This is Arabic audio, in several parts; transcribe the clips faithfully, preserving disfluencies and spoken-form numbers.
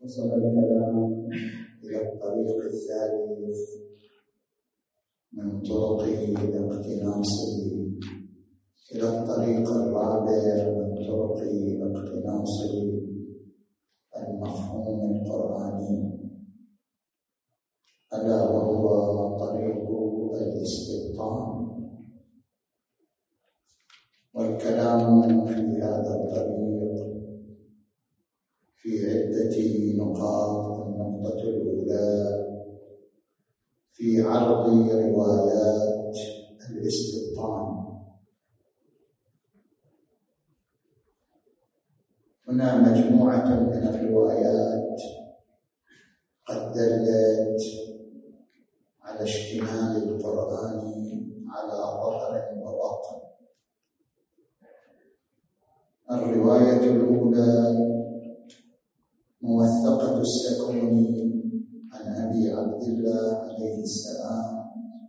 وصل الكلام إلى الطريق الثالث من طرق الاقتناص إلى الطريق الرابع من طرق اقتناص المفهوم القرآني، ألا وهو طريق الاستبطان. والكلام في هذا الطريق في عدة نقاط. النقطة الأولى في عرض روايات الاستبطان. هنا مجموعة من الروايات قد دلت على اشتمال القرآن على ظهر وباطن. الرواية الأولى موثقة السكوني عن أبي عبد الله عليه السلام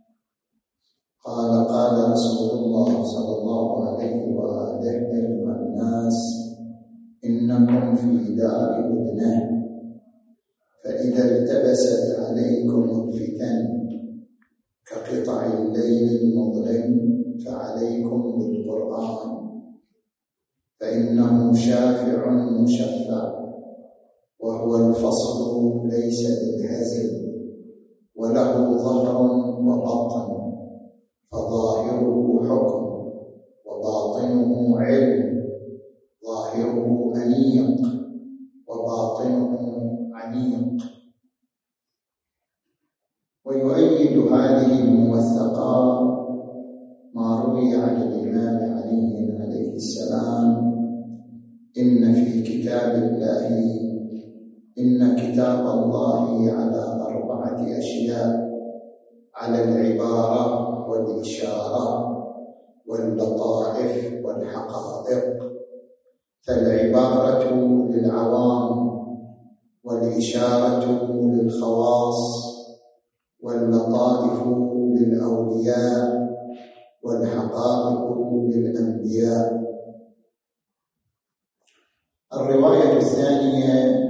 قال: قال رسول الله صلى الله عليه وآله: أيها الناس، إنكم في دار أدنة، فإذا التبست عليكم الفتن كقطع الليل المظلم فعليكم بالقرآن، فإنه شافع مشفع، وهو الفصل ليس بالهزل، وله ظهر وباطن، فظاهره حكم وباطنه علم، ظاهره أنيق وباطنه عميق. ويؤيد هذه الموثقات ما روي عن الإمام علي عليه السلام: إن في كتاب الله إن كتاب الله على أربعة أشياء: على العبارة والإشارة واللطائف والحقائق. فالعبارة للعوام، والإشارة للخواص، واللطائف للأولياء، والحقائق للأنبياء. الرواية الثانية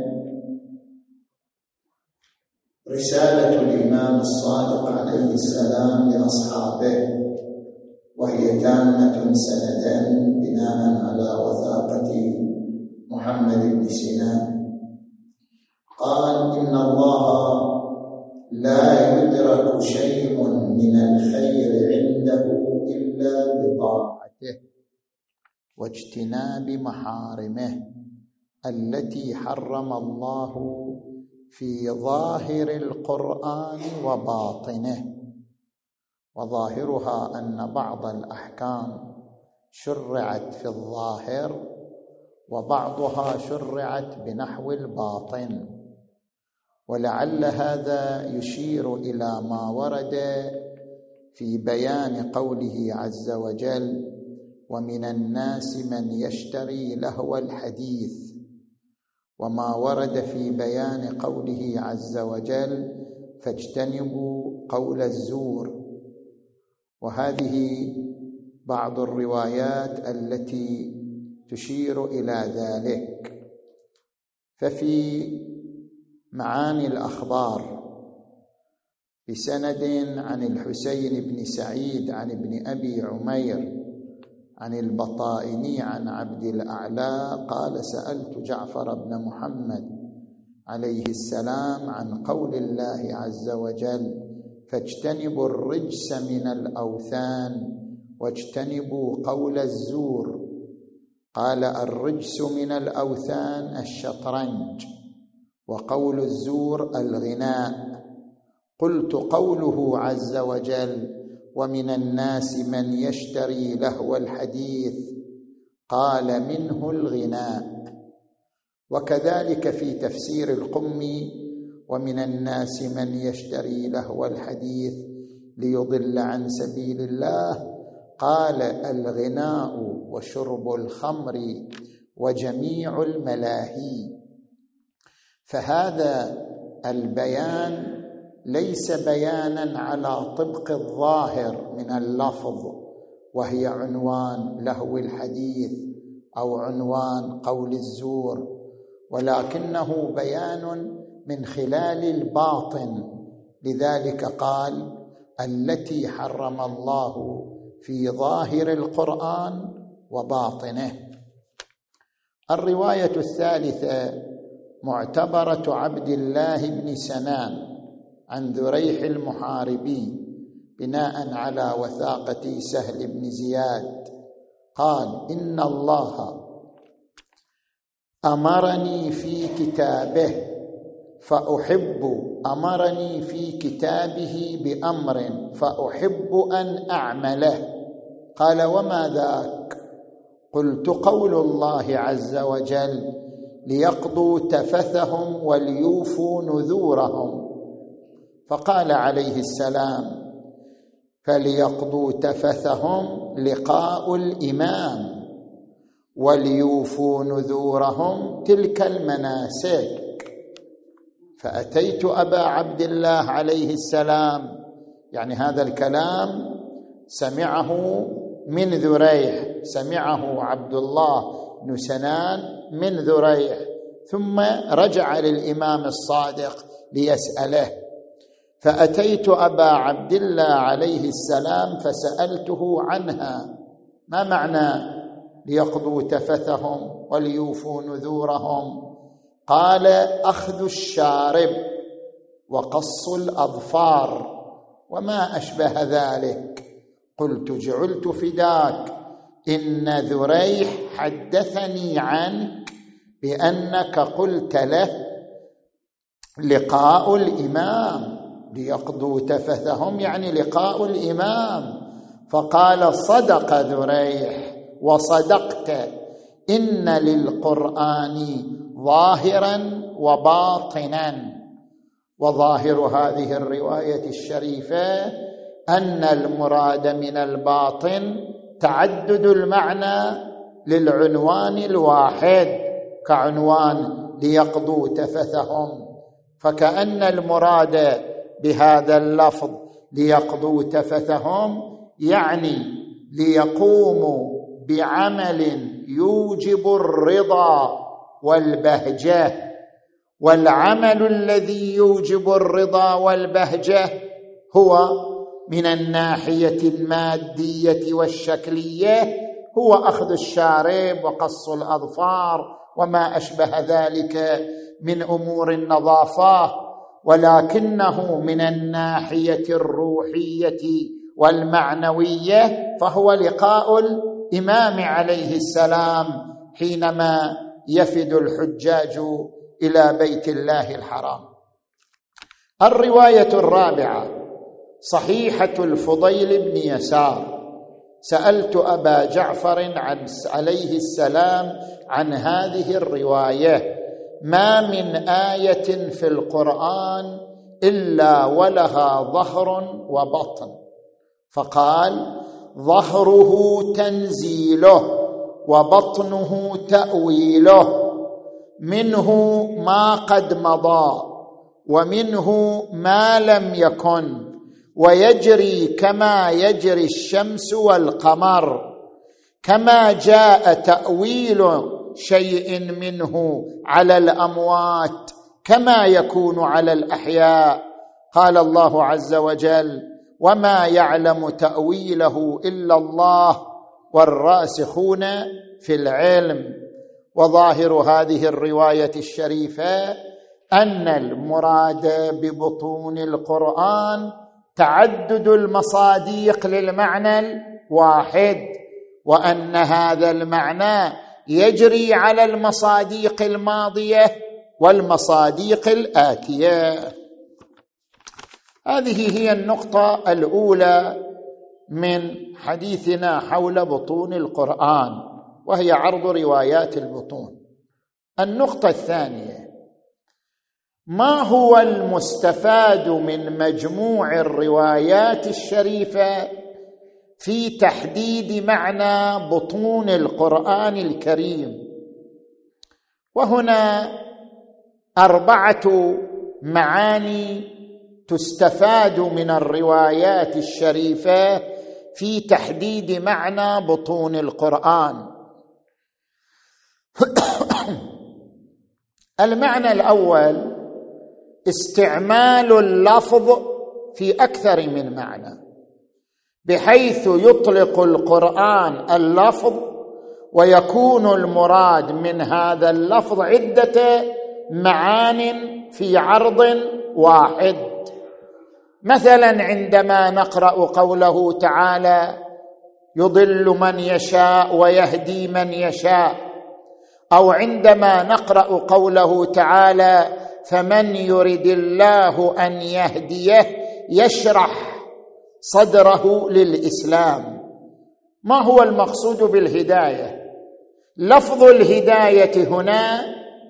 رسالة الإمام الصادق عليه السلام لأصحابه، وهي تامة سندا بناء على وثاقة محمد بن سنان. قال: إن الله لا يدرك شيء من الخير عنده إلا بطاعته واجتناب محارمه التي حرم الله في ظاهر القرآن وباطنه. وظاهرها أن بعض الأحكام شرعت في الظاهر وبعضها شرعت بنحو الباطن. ولعل هذا يشير إلى ما ورد في بيان قوله عز وجل: ومن الناس من يشتري لهو الحديث، وما ورد في بيان قوله عز وجل: فاجتنبوا قول الزور. وهذه بعض الروايات التي تشير إلى ذلك. ففي معاني الأخبار بسند عن الحسين بن سعيد عن ابن أبي عمير عن البطائني عن عبد الأعلى قال: سألت جعفر بن محمد عليه السلام عن قول الله عز وجل: فاجتنبوا الرجس من الأوثان واجتنبوا قول الزور. قال: الرجس من الأوثان الشطرنج، وقول الزور الغناء. قلت: قوله عز وجل: ومن الناس من يشتري لهو الحديث، قال: منه الغناء. وكذلك في تفسير القمي: ومن الناس من يشتري لهو الحديث ليضل عن سبيل الله، قال: الغناء وشرب الخمر وجميع الملاهي. فهذا البيان ليس بيانا على طبق الظاهر من اللفظ، وهي عنوان لهو الحديث أو عنوان قول الزور، ولكنه بيان من خلال الباطن، لذلك قال التي حرم الله في ظاهر القرآن وباطنه. الرواية الثالثة معتبرة عبد الله بن سنان عن ذريح المحاربي بناء على وثاقة سهل بن زياد قال إن الله أمرني في كتابه فأحب أمرني في كتابه بأمر فأحب أن أعمله. قال وما ذاك؟ قلت قول الله عز وجل ليقضوا تفثهم وليوفوا نذورهم. فقال عليه السلام فليقضوا تفثهم لقاء الإمام وليوفوا نذورهم تلك المناسك. فأتيت أبا عبد الله عليه السلام، يعني هذا الكلام سمعه من ذريح، سمعه عبد الله بن سنان من ذريح، ثم رجع للإمام الصادق ليسأله. فأتيت أبا عبد الله عليه السلام فسألته عنها، ما معنى ليقضوا تفثهم وليوفوا نذورهم؟ قال أخذ الشارب وقص الأظفار وما أشبه ذلك. قلت جعلت فداك إن ذريح حدثني عنك بأنك قلت له لقاء الإمام، ليقضوا تفثهم يعني لقاء الإمام. فقال صدق ذريح وصدقت، إن للقرآن ظاهرا وباطنا. وظاهر هذه الرواية الشريفة أن المراد من الباطن تعدد المعنى للعنوان الواحد كعنوان ليقضوا تفثهم، فكأن المراد بهذا اللفظ ليقضوا تفثهم يعني ليقوموا بعمل يوجب الرضا والبهجة. والعمل الذي يوجب الرضا والبهجة هو من الناحية المادية والشكلية هو أخذ الشارب وقص الأظفار وما أشبه ذلك من أمور النظافة، ولكنه من الناحية الروحية والمعنوية فهو لقاء الإمام عليه السلام حينما يفد الحجاج إلى بيت الله الحرام. الرواية الرابعة صحيحة الفضيل بن يسار. سألت أبا جعفر عن عليه السلام عن هذه الرواية: ما من آية في القرآن إلا ولها ظهر وبطن؟ فقال: ظهره تنزيله وبطنه تأويله، منه ما قد مضى ومنه ما لم يكن، ويجري كما يجري الشمس والقمر، كما جاء تأويل شيء منه على الأموات كما يكون على الأحياء. قال الله عز وجل: وما يعلم تأويله إلا الله والراسخون في العلم. وظاهر هذه الرواية الشريفة أن المراد ببطون القرآن تعدد المصاديق للمعنى الواحد، وأن هذا المعنى يجري على المصاديق الماضية والمصاديق الآتية. هذه هي النقطة الأولى من حديثنا حول بطون القرآن، وهي عرض روايات البطون. النقطة الثانية: ما هو المستفاد من مجموع الروايات الشريفة في تحديد معنى بطون القرآن الكريم؟ وهنا أربعة معاني تستفاد من الروايات الشريفة في تحديد معنى بطون القرآن. المعنى الأول استعمال اللفظ في أكثر من معنى، بحيث يطلق القرآن اللفظ ويكون المراد من هذا اللفظ عدة معان في عرض واحد. مثلا عندما نقرأ قوله تعالى يضل من يشاء ويهدي من يشاء، أو عندما نقرأ قوله تعالى فمن يرد الله أن يهديه يشرح صدره للإسلام، ما هو المقصود بالهداية؟ لفظ الهداية هنا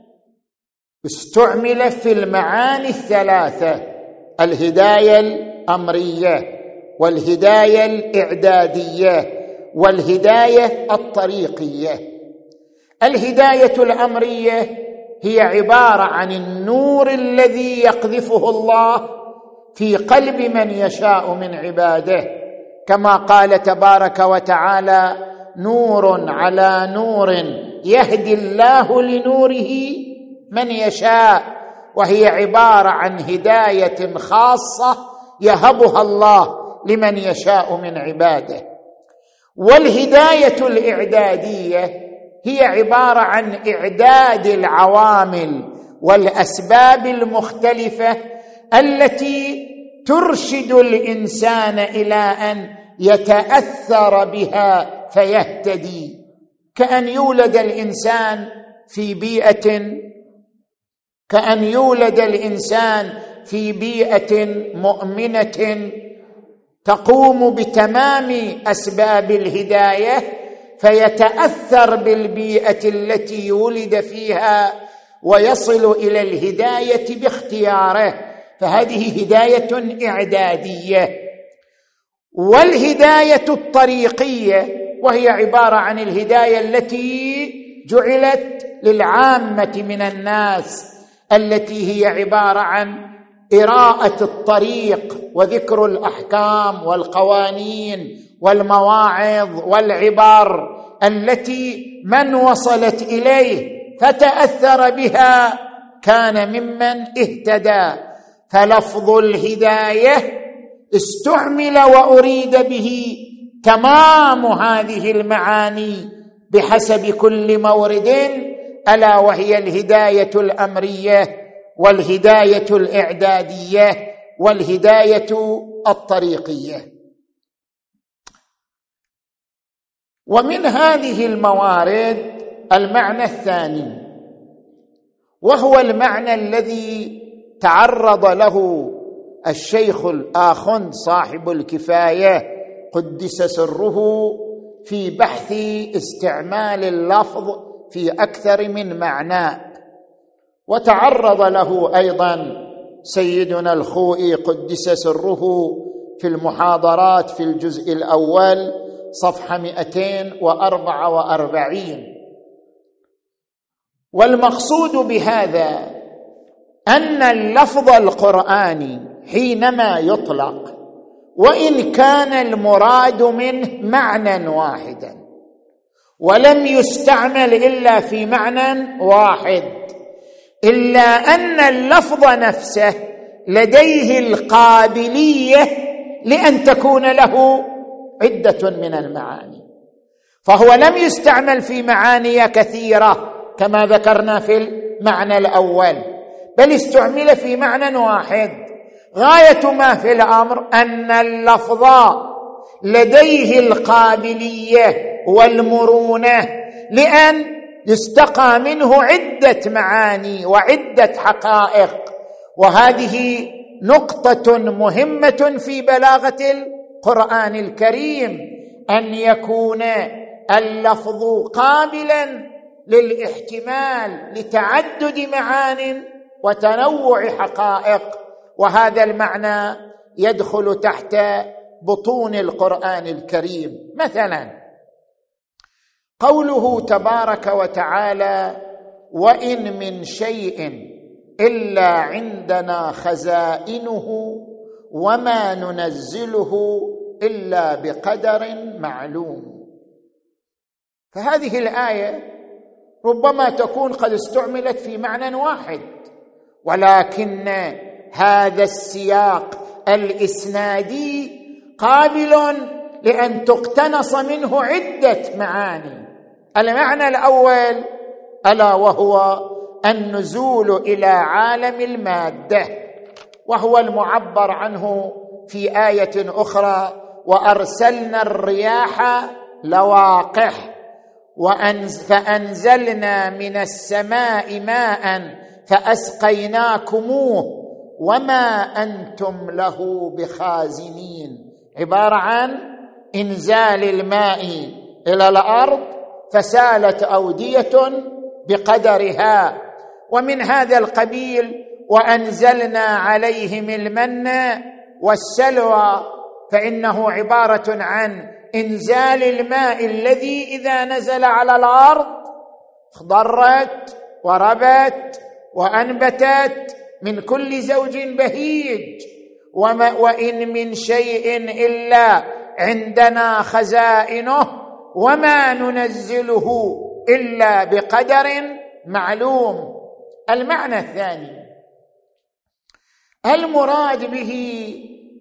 استعمل في المعاني الثلاثة: الهداية الأمرية والهداية الإعدادية والهداية الطريقية. الهداية الأمرية هي عبارة عن النور الذي يقذفه الله في قلب من يشاء من عباده، كما قال تبارك وتعالى نور على نور يهدي الله لنوره من يشاء، وهي عبارة عن هداية خاصة يهبها الله لمن يشاء من عباده. والهداية الإعدادية هي عبارة عن إعداد العوامل والأسباب المختلفة التي ترشد الإنسان إلى أن يتأثر بها فيهتدي، كأن يولد الإنسان في بيئة كأن يولد الإنسان في بيئة مؤمنة تقوم بتمام أسباب الهداية، فيتأثر بالبيئة التي ولد فيها ويصل إلى الهداية باختياره، فهذه هداية إعدادية. والهداية الطريقية وهي عبارة عن الهداية التي جعلت للعامة من الناس، التي هي عبارة عن إراءة الطريق وذكر الأحكام والقوانين والمواعظ والعبر التي من وصلت إليه فتأثر بها كان ممن اهتدى. فلفظ الهداية استعمل وأريد به تمام هذه المعاني بحسب كل مورد، ألا وهي الهداية الأمرية والهداية الإعدادية والهداية الطريقية. ومن هذه الموارد المعنى الثاني، وهو المعنى الذي تعرض له الشيخ الآخند صاحب الكفاية قدس سره في بحث استعمال اللفظ في أكثر من معنى، وتعرض له أيضا سيدنا الخوئي قدس سره في المحاضرات في الجزء الأول صفحة مئتين وأربعة وأربعين. والمقصود بهذا أن اللفظ القرآني حينما يطلق وإن كان المراد منه معنى واحدا ولم يستعمل إلا في معنى واحد، إلا أن اللفظ نفسه لديه القابلية لأن تكون له عدة من المعاني، فهو لم يستعمل في معاني كثيرة كما ذكرنا في المعنى الأول، بل استعمل في معنى واحد. غاية ما في الأمر أن اللفظ لديه القابلية والمرونة لأن يستقى منه عدة معاني وعدة حقائق، وهذه نقطة مهمة في بلاغة القرآن الكريم، أن يكون اللفظ قابلا للاحتمال لتعدد معان وتنوع حقائق، وهذا المعنى يدخل تحت بطون القرآن الكريم. مثلا قوله تبارك وتعالى وإن من شيء إلا عندنا خزائنه وما ننزله إلا بقدر معلوم. فهذه الآية ربما تكون قد استعملت في معنى واحد، ولكن هذا السياق الإسنادي قابل لأن تقتنص منه عدة معاني. المعنى الأول ألا وهو النزول إلى عالم المادة، وهو المعبر عنه في آية أخرى: وأرسلنا الرياح لواقح فأنزلنا من السماء ماء فأسقيناكموه وما أنتم له بخازنين. عبارة عن إنزال الماء إلى الأرض فسالت أودية بقدرها. ومن هذا القبيل وأنزلنا عليهم المن والسلوى، فإنه عبارة عن إنزال الماء الذي إذا نزل على الأرض اخضرت وربت وأنبتت من كل زوج بهيج. وما وإن من شيء إلا عندنا خزائنه وما ننزله إلا بقدر معلوم. المعنى الثاني المراد به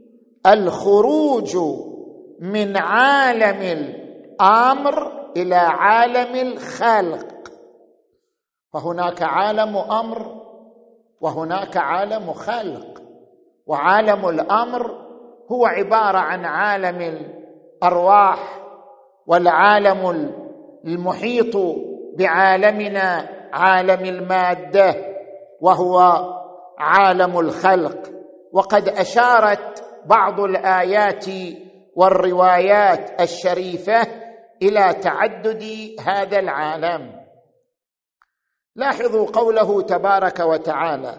الخروج من عالم الأمر إلى عالم الخلق، فهناك عالم أمر وهناك عالم خلق. وعالم الأمر هو عبارة عن عالم الأرواح والعالم المحيط بعالمنا عالم المادة، وهو عالم الخلق. وقد أشارت بعض الآيات والروايات الشريفة إلى تعدد هذا العالم. لاحظوا قوله تبارك وتعالى: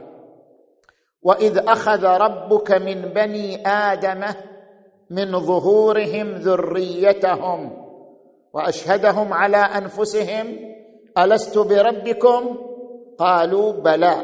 وإذ أخذ ربك من بني آدم من ظهورهم ذريتهم وأشهدهم على أنفسهم ألست بربكم قالوا بلى.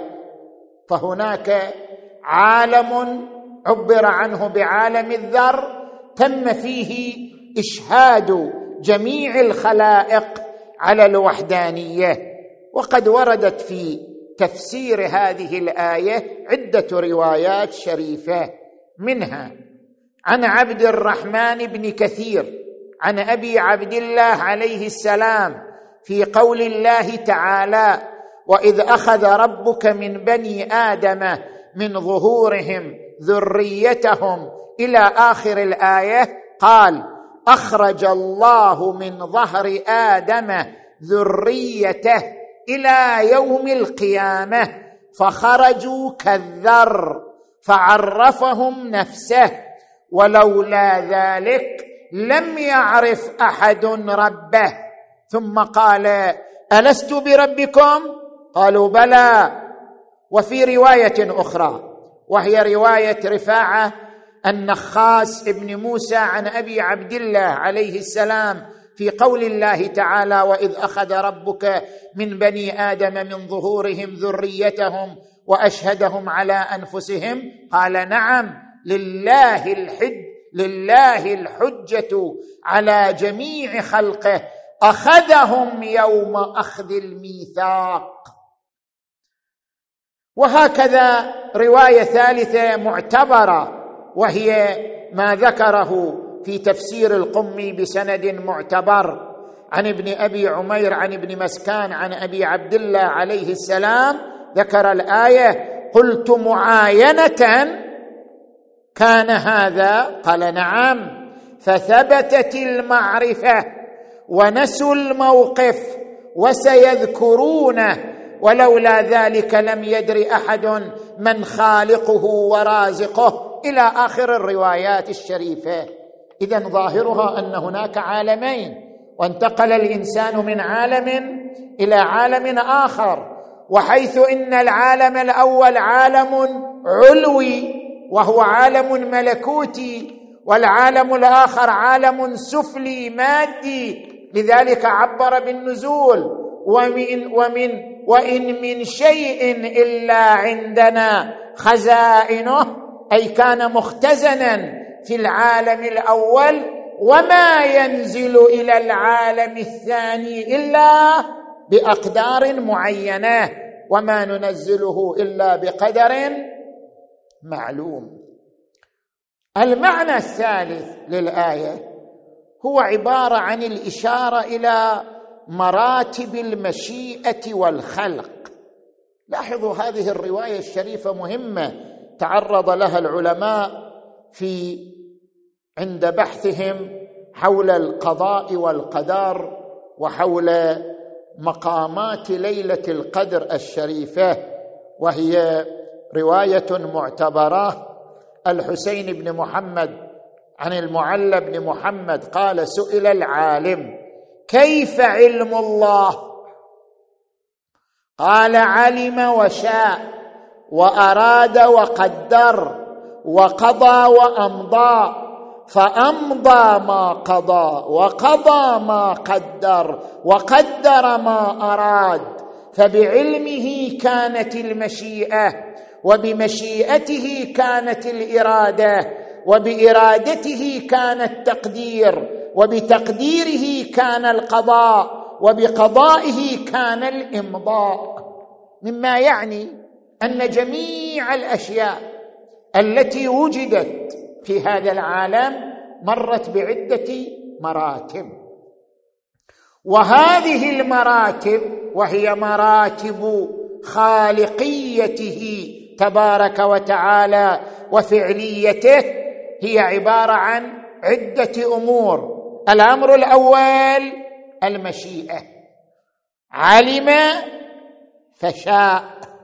فهناك عالم عبر عنه بعالم الذر تم فيه إشهاد جميع الخلائق على الوحدانية. وقد وردت في تفسير هذه الآية عدة روايات شريفة، منها عن عبد الرحمن بن كثير عن أبي عبد الله عليه السلام في قول الله تعالى: وإذ أخذ ربك من بني آدم من ظهورهم ذريتهم إلى آخر الآية، قال: أخرج الله من ظهر آدم ذريته إلى يوم القيامة فخرجوا كالذر فعرفهم نفسه، ولولا ذلك لم يعرف أحد ربه. ثم قال: ألست بربكم؟ قالوا بلى. وفي رواية أخرى وهي رواية رفاعة النخاس ابن موسى عن أبي عبد الله عليه السلام في قول الله تعالى: وإذ أخذ ربك من بني آدم من ظهورهم ذريتهم وأشهدهم على أنفسهم، قال: نعم، لله الحج لله الحجة على جميع خلقه، أخذهم يوم أخذ الميثاق. وهكذا رواية ثالثة معتبرة وهي ما ذكره في تفسير القمي بسند معتبر عن ابن أبي عمير عن ابن مسكان عن أبي عبد الله عليه السلام، ذكر الآية: قلت معاينة كان هذا؟ قال: نعم. فثبتت المعرفة ونسوا الموقف وسيذكرونه، ولولا ذلك لم يدر أحد من خالقه ورازقه، إلى آخر الروايات الشريفة. إذن ظاهرها أن هناك عالمين، وانتقل الإنسان من عالم إلى عالم آخر، وحيث إن العالم الأول عالم علوي وهو عالم ملكوتي، والعالم الآخر عالم سفلي مادي، لذلك عبر بالنزول: ومن ومن وإن من شيء إلا عندنا خزائنه، أي كان مختزنا في العالم الأول، وما ينزل إلى العالم الثاني إلا باقدار معينه، وما ننزله الا بقدر معلوم. المعنى الثالث للايه هو عباره عن الاشاره الى مراتب المشيئه والخلق. لاحظوا هذه الروايه الشريفه مهمه تعرض لها العلماء في عند بحثهم حول القضاء والقدر وحول مقامات ليله القدر الشريفه، وهي روايه معتبره. الحسين بن محمد عن المعلى بن محمد قال: سئل العالم: كيف علم الله؟ قال: علم وشاء وأراد وقدر وقضى وأمضى، فأمضى ما قضى وقضى ما قدر وقدر ما أراد، فبعلمه كانت المشيئة، وبمشيئته كانت الإرادة، وبإرادته كان التقدير، وبتقديره كان القضاء، وبقضائه كان الإمضاء. مما يعني أن جميع الأشياء التي وجدت في هذا العالم مرت بعدة مراتب، وهذه المراتب وهي مراتب خالقيته تبارك وتعالى وفعليته هي عبارة عن عدة أمور. الأمر الأول المشيئة، علم فشاء،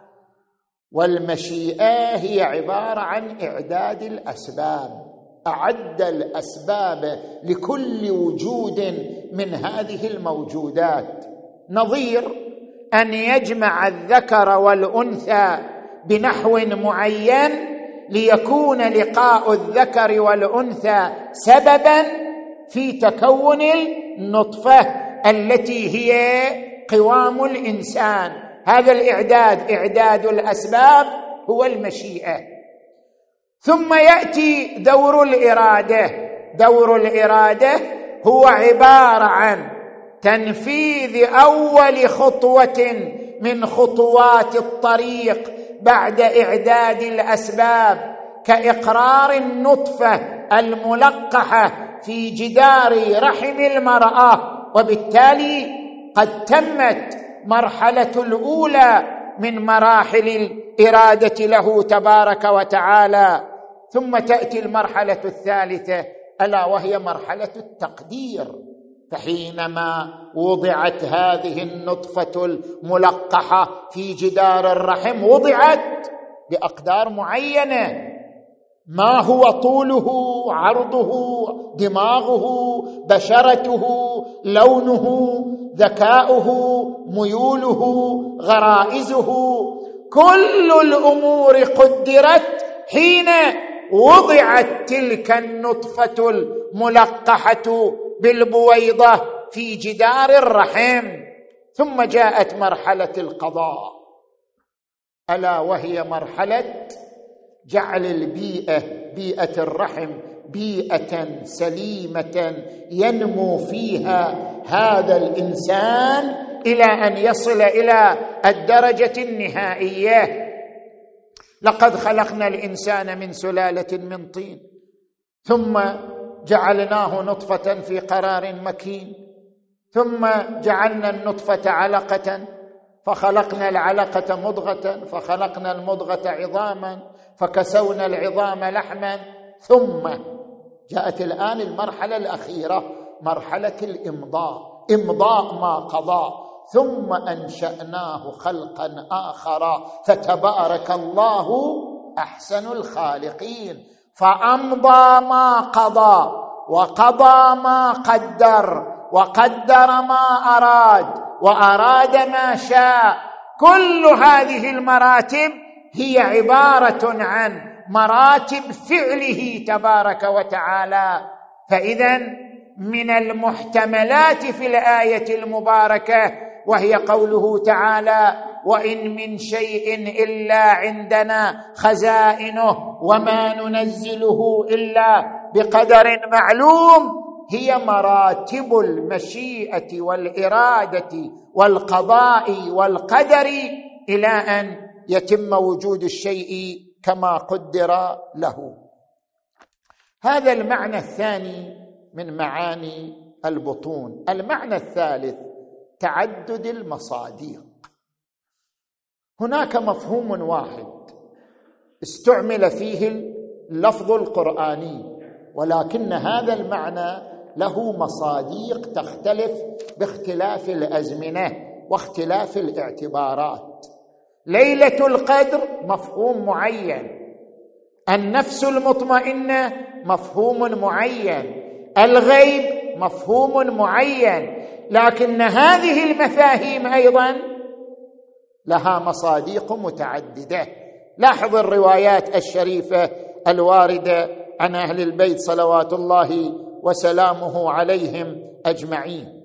والمشيئة هي عبارة عن إعداد الأسباب، أعد الأسباب لكل وجود من هذه الموجودات، نظير أن يجمع الذكر والأنثى بنحو معين ليكون لقاء الذكر والأنثى سببا في تكون النطفة التي هي قوام الإنسان. هذا الإعداد، إعداد الأسباب، هو المشيئة. ثم يأتي دور الإرادة. دور الإرادة هو عبارة عن تنفيذ أول خطوة من خطوات الطريق بعد إعداد الأسباب، كإقرار النطفة الملقحة في جدار رحم المرأة، وبالتالي قد تمت مرحلة الأولى من مراحل الإرادة له تبارك وتعالى. ثم تأتي المرحلة الثالثة ألا وهي مرحلة التقدير، فحينما وضعت هذه النطفة الملقحة في جدار الرحم وضعت بأقدار معينة، ما هو طوله، عرضه، دماغه، بشرته، لونه، ذكاؤه، ميوله، غرائزه، كل الأمور قدرت حين وضعت تلك النطفة الملقحة بالبويضة في جدار الرحم. ثم جاءت مرحلة القضاء، ألا وهي مرحلة جعل البيئة، بيئة الرحم، بيئة سليمة ينمو فيها هذا الإنسان إلى أن يصل إلى الدرجة النهائية. لقد خلقنا الإنسان من سلالة من طين، ثم جعلناه نطفة في قرار مكين، ثم جعلنا النطفة علقة، فخلقنا العلقة مضغة، فخلقنا المضغة عظاما، فكسونا العظام لحما، ثم جاءت الآن المرحلة الأخيرة، مرحلة الإمضاء، إمضاء ما قضى، ثم أنشأناه خلقا آخر، فتبارك الله أحسن الخالقين. فأمضى ما قضى وقضى ما قدر وقدر ما أراد وأراد ما شاء. كل هذه المراتب هي عبارة عن مراتب فعله تبارك وتعالى. فإذا من المحتملات في الآية المباركة وهي قوله تعالى: وإن من شيء إلا عندنا خزائنه وما ننزله إلا بقدر معلوم، هي مراتب المشيئة والإرادة والقضاء والقدر إلى أن يتم وجود الشيء كما قدر له. هذا المعنى الثاني من معاني البطون. المعنى الثالث تعدد المصاديق. هناك مفهوم واحد استعمل فيه اللفظ القرآني، ولكن هذا المعنى له مصاديق تختلف باختلاف الأزمنة واختلاف الاعتبارات. ليلة القدر مفهوم معين، النفس المطمئنة مفهوم معين، الغيب مفهوم معين، لكن هذه المفاهيم أيضا لها مصاديق متعددة. لاحظ الروايات الشريفة الواردة عن أهل البيت صلوات الله وسلامه عليهم أجمعين.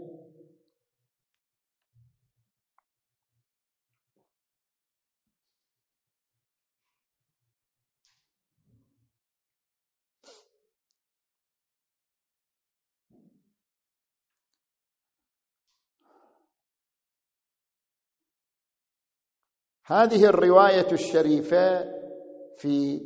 هذه الرواية الشريفة في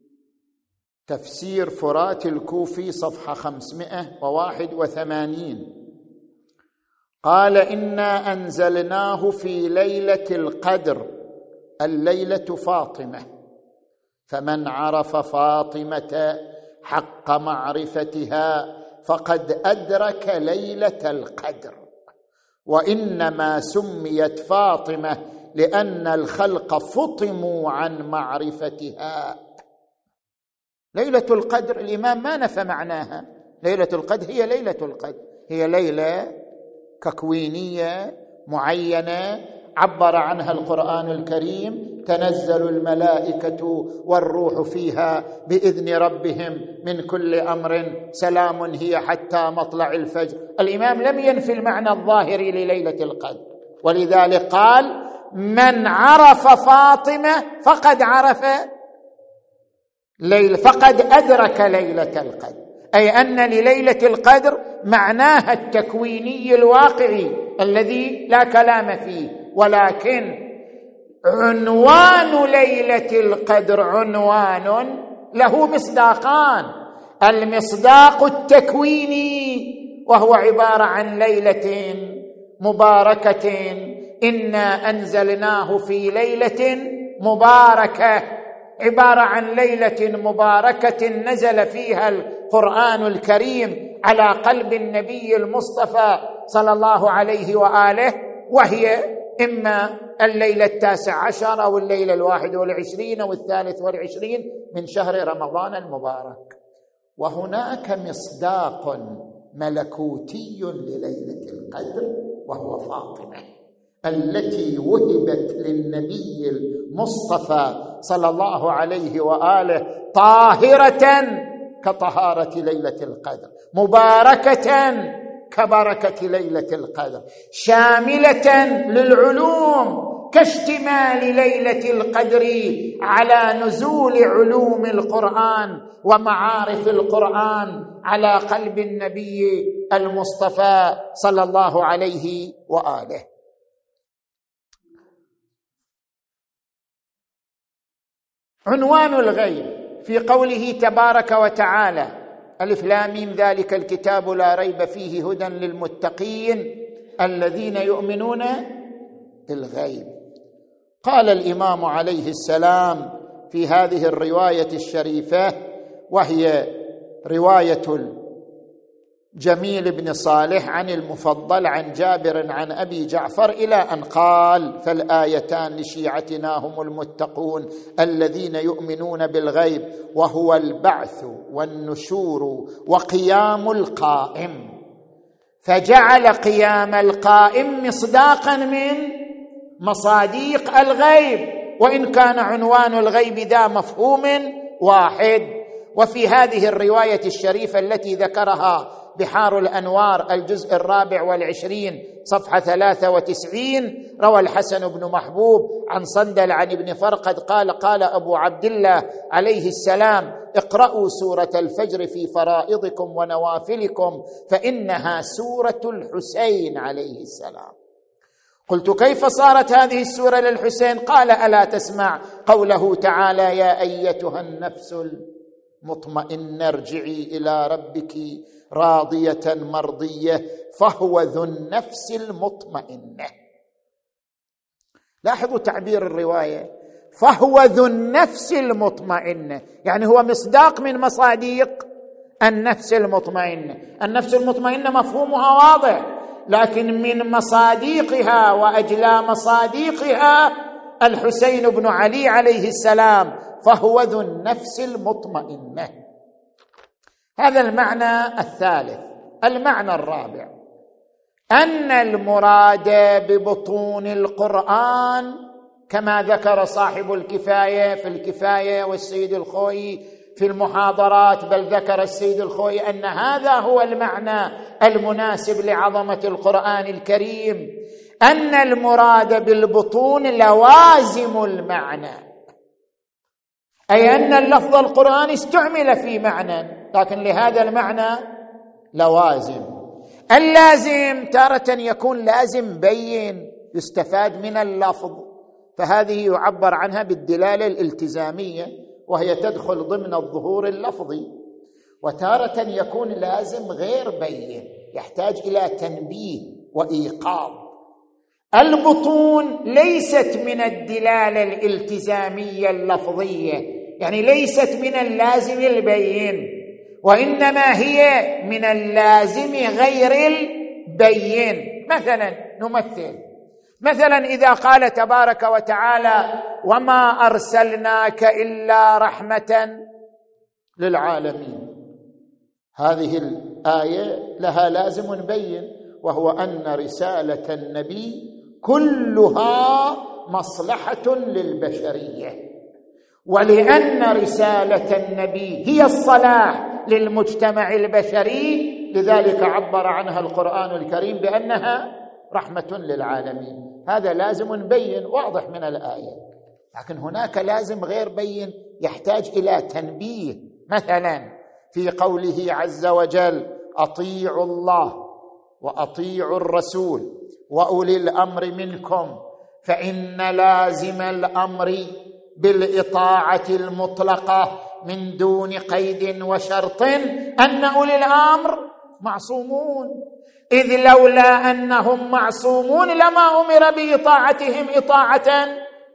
تفسير فرات الكوفي صفحة خمسمائة وواحد وثمانين قال: إنا أنزلناه في ليلة القدر، الليلة فاطمة، فمن عرف فاطمة حق معرفتها فقد أدرك ليلة القدر، وإنما سميت فاطمة لأن الخلق فطموا عن معرفتها. ليلة القدر الإمام ما نفى معناها. ليلة القدر هي ليلة القدر، هي ليلة تكوينية معينة عبر عنها القرآن الكريم: تنزل الملائكة والروح فيها بإذن ربهم من كل أمر سلام هي حتى مطلع الفجر. الإمام لم ينفي المعنى الظاهري لليلة القدر، ولذلك قال: من عرف فاطمة فقد عرف ليلة، فقد أدرك ليلة القدر، أي أن لليلة القدر معناها التكويني الواقعي الذي لا كلام فيه، ولكن عنوان ليلة القدر عنوان له مصداقان: المصداق التكويني وهو عبارة عن ليلة مباركة، إنا أنزلناه في ليلة مباركة، عبارة عن ليلة مباركة نزل فيها القرآن الكريم على قلب النبي المصطفى صلى الله عليه وآله، وهي إما الليلة التاسع عشر أو الليلة الواحد والعشرين أو الثالث والعشرين من شهر رمضان المبارك. وهناك مصداق ملكوتي لليلة القدر وهو فاطمة، التي وهبت للنبي المصطفى صلى الله عليه وآله طاهرة كطهارة ليلة القدر، مباركة كبركة ليلة القدر، شاملة للعلوم كاشتمال ليلة القدر على نزول علوم القرآن ومعارف القرآن على قلب النبي المصطفى صلى الله عليه وآله. عنوان الغيب في قوله تبارك وتعالى: ألف لام ميم ذلك الكتاب لا ريب فيه هدى للمتقين الذين يؤمنون بالغيب. قال الإمام عليه السلام في هذه الرواية الشريفة، وهي رواية جميل بن صالح عن المفضل عن جابر عن أبي جعفر إلى أن قال: فالآيتان لشيعتنا هم المتقون الذين يؤمنون بالغيب، وهو البعث والنشور وقيام القائم. فجعل قيام القائم مصداقا من مصاديق الغيب، وإن كان عنوان الغيب ذا مفهوم واحد. وفي هذه الرواية الشريفة التي ذكرها بحار الأنوار الجزء الرابع والعشرين صفحة ثلاثة وتسعين، روى الحسن بن محبوب عن صندل عن ابن فرقد قال قال أبو عبد الله عليه السلام: اقرأوا سورة الفجر في فرائضكم ونوافلكم فإنها سورة الحسين عليه السلام. قلت: كيف صارت هذه السورة للحسين؟ قال: ألا تسمع قوله تعالى: يا أيتها النفس المطمئنة ارجعي إلى ربك راضية مرضية فهو ذو النفس المطمئنة. لاحظوا تعبير الرواية: فهو ذو النفس المطمئنة، يعني هو مصداق من مصاديق النفس المطمئنة. النفس المطمئنة مفهومها واضح، لكن من مصاديقها وأجلى مصاديقها الحسين بن علي عليه السلام، فهو ذو النفس المطمئنة. هذا المعنى الثالث. المعنى الرابع: أن المراد ببطون القرآن كما ذكر صاحب الكفاية في الكفاية والسيد الخوئي في المحاضرات، بل ذكر السيد الخوئي أن هذا هو المعنى المناسب لعظمة القرآن الكريم، أن المراد بالبطون لوازم المعنى، أي أن اللفظ القرآن استعمل في معنى، لكن لهذا المعنى لوازم. اللازم تارة يكون لازم بين يستفاد من اللفظ، فهذه يعبر عنها بالدلالة الالتزامية وهي تدخل ضمن الظهور اللفظي، وتارة يكون لازم غير بين يحتاج إلى تنبيه وإيقاظ. البطون ليست من الدلالة الالتزامية اللفظية، يعني ليست من اللازم البين، وإنما هي من اللازم غير البين. مثلا نمثل، مثلا إذا قال تبارك وتعالى: وما أرسلناك إلا رحمة للعالمين، هذه الآية لها لازم بين، وهو أن رسالة النبي كلها مصلحة للبشرية، ولأن رسالة النبي هي الصلاح للمجتمع البشري لذلك عبر عنها القرآن الكريم بأنها رحمة للعالمين. هذا لازم بين واضح من الآية، لكن هناك لازم غير بين يحتاج إلى تنبيه. مثلا في قوله عز وجل: أطيعوا الله وأطيعوا الرسول وأولي الأمر منكم، فإن لازم الأمر بالإطاعة المطلقة من دون قيد وشرط أن أولي الأمر معصومون، إذ لولا أنهم معصومون لما أمر بإطاعتهم إطاعة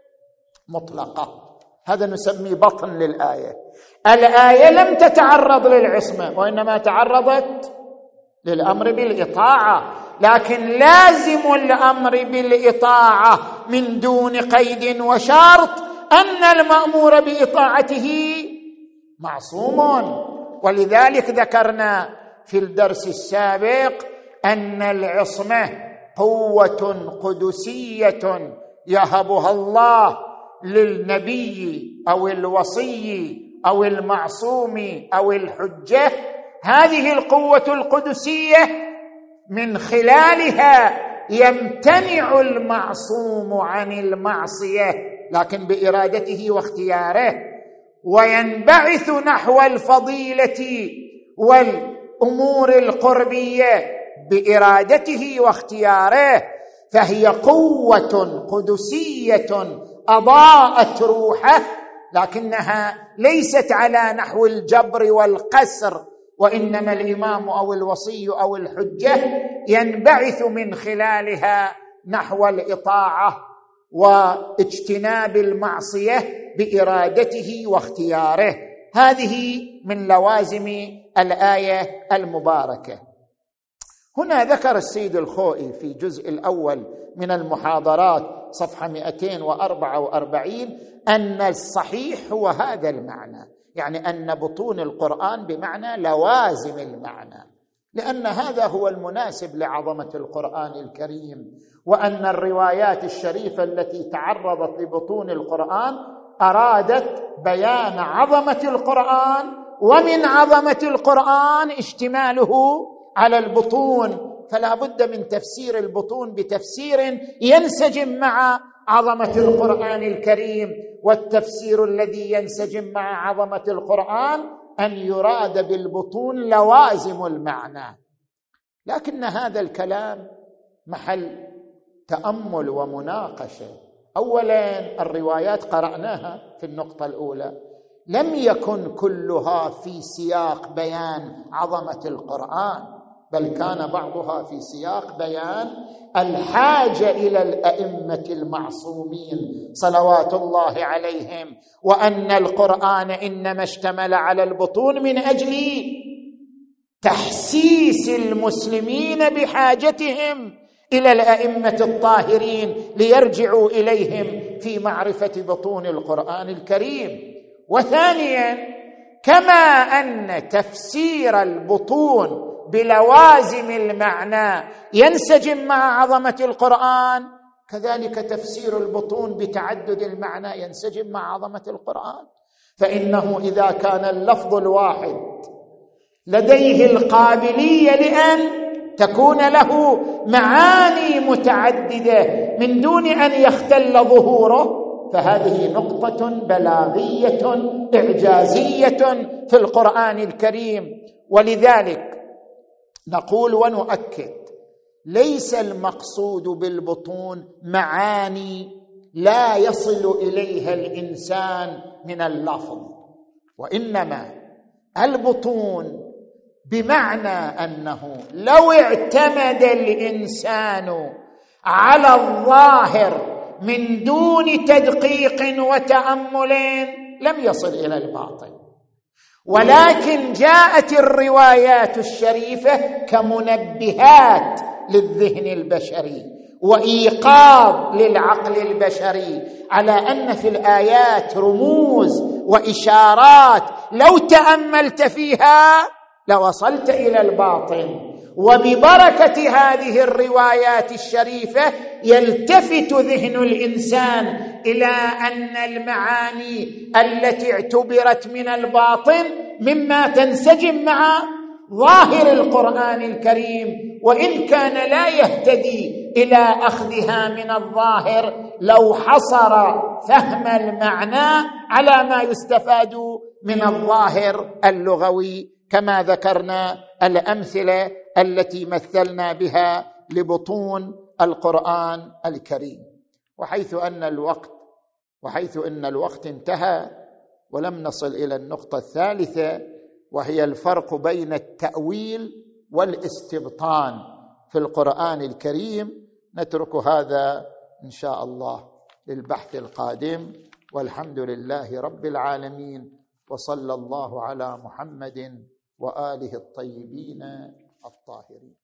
مطلقة. هذا نسميه بطن للآية. الآية لم تتعرض للعصمة وإنما تعرضت للأمر بالإطاعة، لكن لازم الأمر بالإطاعة من دون قيد وشرط أن المأمور بإطاعته معصوم. ولذلك ذكرنا في الدرس السابق أن العصمة قوة قدسية يهبها الله للنبي أو الوصي أو المعصوم أو الحجة. هذه القوة القدسية من خلالها يمتنع المعصوم عن المعصية لكن بإرادته واختياره، وينبعث نحو الفضيلة والأمور القربية بإرادته واختياره. فهي قوة قدسية أضاءت روحه، لكنها ليست على نحو الجبر والقسر، وإنما الإمام أو الوصي أو الحجة ينبعث من خلالها نحو الإطاعة واجتناب المعصية بإرادته واختياره. هذه من لوازم الآية المباركة. هنا ذكر السيد الخوئي في الجزء الأول من المحاضرات صفحة مئتين وأربعة وأربعين أن الصحيح هو هذا المعنى، يعني أن بطون القرآن بمعنى لوازم المعنى، لأن هذا هو المناسب لعظمة القرآن الكريم، وأن الروايات الشريفة التي تعرضت لبطون القرآن أرادت بيان عظمة القرآن، ومن عظمة القرآن اشتماله على البطون، فلا بد من تفسير البطون بتفسير ينسجم مع عظمة القرآن الكريم. والتفسير الذي ينسجم مع عظمة القرآن أن يراد بالبطون لوازم المعنى. لكن هذا الكلام محل تأمل ومناقشة. أولا، الروايات قرأناها في النقطة الأولى لم يكن كلها في سياق بيان عظمة القرآن، بل كان بعضها في سياق بيان الحاجة إلى الأئمة المعصومين صلوات الله عليهم، وأن القرآن إنما اشتمل على البطون من أجل تحسيس المسلمين بحاجتهم إلى الأئمة الطاهرين ليرجعوا إليهم في معرفة بطون القرآن الكريم. وثانيا، كما أن تفسير البطون بلوازم المعنى ينسجم مع عظمة القرآن، كذلك تفسير البطون بتعدد المعنى ينسجم مع عظمة القرآن. فإنه إذا كان اللفظ الواحد لديه القابلية لأن تكون له معاني متعددة من دون أن يختل ظهوره، فهذه نقطة بلاغية إعجازية في القرآن الكريم. ولذلك نقول ونؤكد: ليس المقصود بالبطون معاني لا يصل إليها الإنسان من اللفظ، وإنما البطون بمعنى أنه لو اعتمد الإنسان على الظاهر من دون تدقيق وتأمل لم يصل إلى الباطن. ولكن جاءت الروايات الشريفة كمنبهات للذهن البشري وإيقاظ للعقل البشري على أن في الآيات رموز وإشارات لو تأملت فيها لوصلت إلى الباطن. وببركة هذه الروايات الشريفة يلتفت ذهن الإنسان إلى أن المعاني التي اعتبرت من الباطن مما تنسجم مع ظاهر القرآن الكريم، وإن كان لا يهتدي إلى أخذها من الظاهر لو حصر فهم المعنى على ما يستفاد من الظاهر اللغوي، كما ذكرنا الأمثلة التي مثلنا بها لبطون القرآن الكريم. وحيث أن الوقت وحيث أن الوقت انتهى ولم نصل إلى النقطة الثالثة، وهي الفرق بين التأويل والاستبطان في القرآن الكريم، نترك هذا إن شاء الله للبحث القادم. والحمد لله رب العالمين، وصلى الله على محمد وآله الطيبين الطاهرين.